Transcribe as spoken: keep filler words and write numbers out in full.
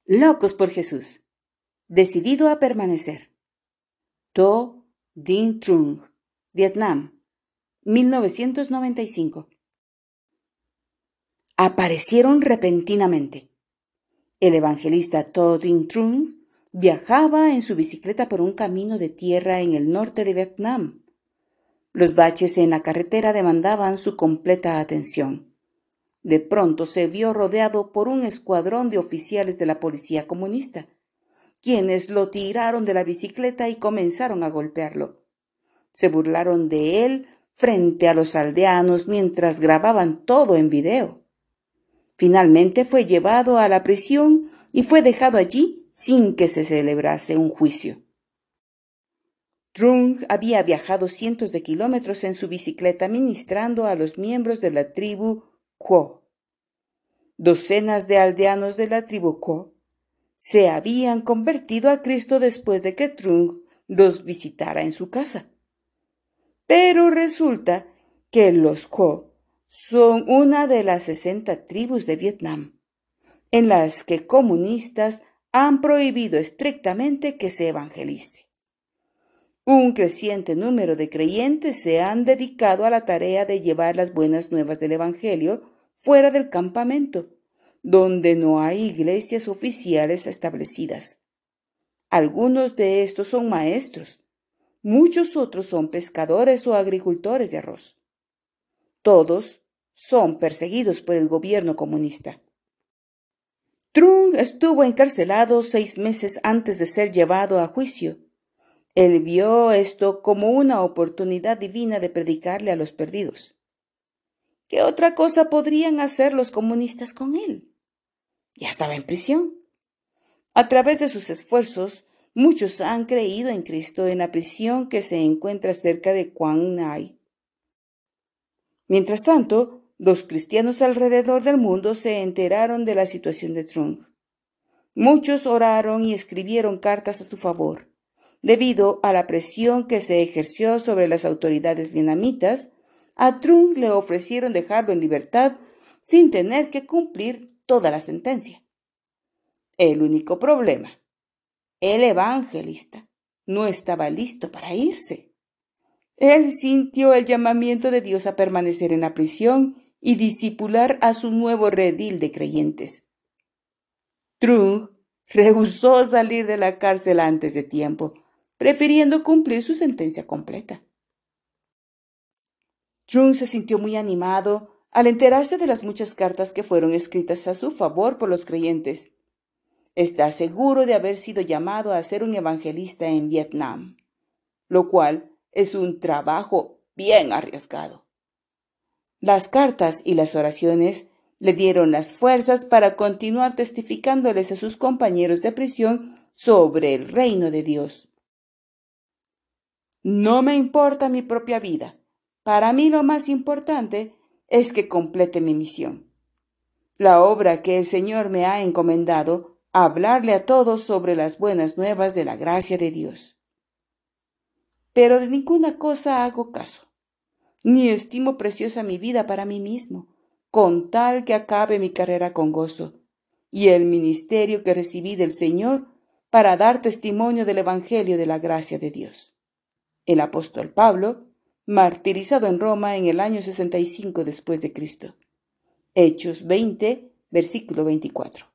Locos por Jesús. Decidido a permanecer. To Dinh Trung, Vietnam, mil novecientos noventa y cinco. Aparecieron repentinamente. El evangelista To Dinh Trung viajaba en su bicicleta por un camino de tierra en el norte de Vietnam. Los baches en la carretera demandaban su completa atención. De pronto se vio rodeado por un escuadrón de oficiales de la policía comunista, quienes lo tiraron de la bicicleta y comenzaron a golpearlo. Se burlaron de él frente a los aldeanos mientras grababan todo en video. Finalmente fue llevado a la prisión y fue dejado allí sin que se celebrase un juicio. Trung había viajado cientos de kilómetros en su bicicleta ministrando a los miembros de la tribu Quo. Docenas de aldeanos de la tribu Quo se habían convertido a Cristo después de que Trung los visitara en su casa. Pero resulta que los Quo son una de las sesenta tribus de Vietnam, en las que comunistas han prohibido estrictamente que se evangelice. Un creciente número de creyentes se han dedicado a la tarea de llevar las buenas nuevas del Evangelio fuera del campamento, donde no hay iglesias oficiales establecidas. Algunos de estos son maestros, muchos otros son pescadores o agricultores de arroz. Todos son perseguidos por el gobierno comunista. Trung estuvo encarcelado seis meses antes de ser llevado a juicio. Él vio esto como una oportunidad divina de predicarle a los perdidos. ¿Qué otra cosa podrían hacer los comunistas con él? Ya estaba en prisión. A través de sus esfuerzos, muchos han creído en Cristo en la prisión que se encuentra cerca de Quang Ngai. Mientras tanto, los cristianos alrededor del mundo se enteraron de la situación de Trung. Muchos oraron y escribieron cartas a su favor. Debido a la presión que se ejerció sobre las autoridades vietnamitas, a Trung le ofrecieron dejarlo en libertad sin tener que cumplir toda la sentencia. El único problema: el evangelista no estaba listo para irse. Él sintió el llamamiento de Dios a permanecer en la prisión y discipular a su nuevo redil de creyentes. Trung rehusó salir de la cárcel antes de tiempo, prefiriendo cumplir su sentencia completa. Trung se sintió muy animado al enterarse de las muchas cartas que fueron escritas a su favor por los creyentes. Está seguro de haber sido llamado a ser un evangelista en Vietnam, lo cual es un trabajo bien arriesgado. Las cartas y las oraciones le dieron las fuerzas para continuar testificándoles a sus compañeros de prisión sobre el reino de Dios. No me importa mi propia vida. Para mí lo más importante es que complete mi misión. La obra que el Señor me ha encomendado, hablarle a todos sobre las buenas nuevas de la gracia de Dios. Pero de ninguna cosa hago caso, ni estimo preciosa mi vida para mí mismo, con tal que acabe mi carrera con gozo, y el ministerio que recibí del Señor para dar testimonio del Evangelio de la gracia de Dios. El apóstol Pablo, martirizado en Roma en el año sesenta y cinco después de Cristo. Hechos veinte, versículo veinticuatro.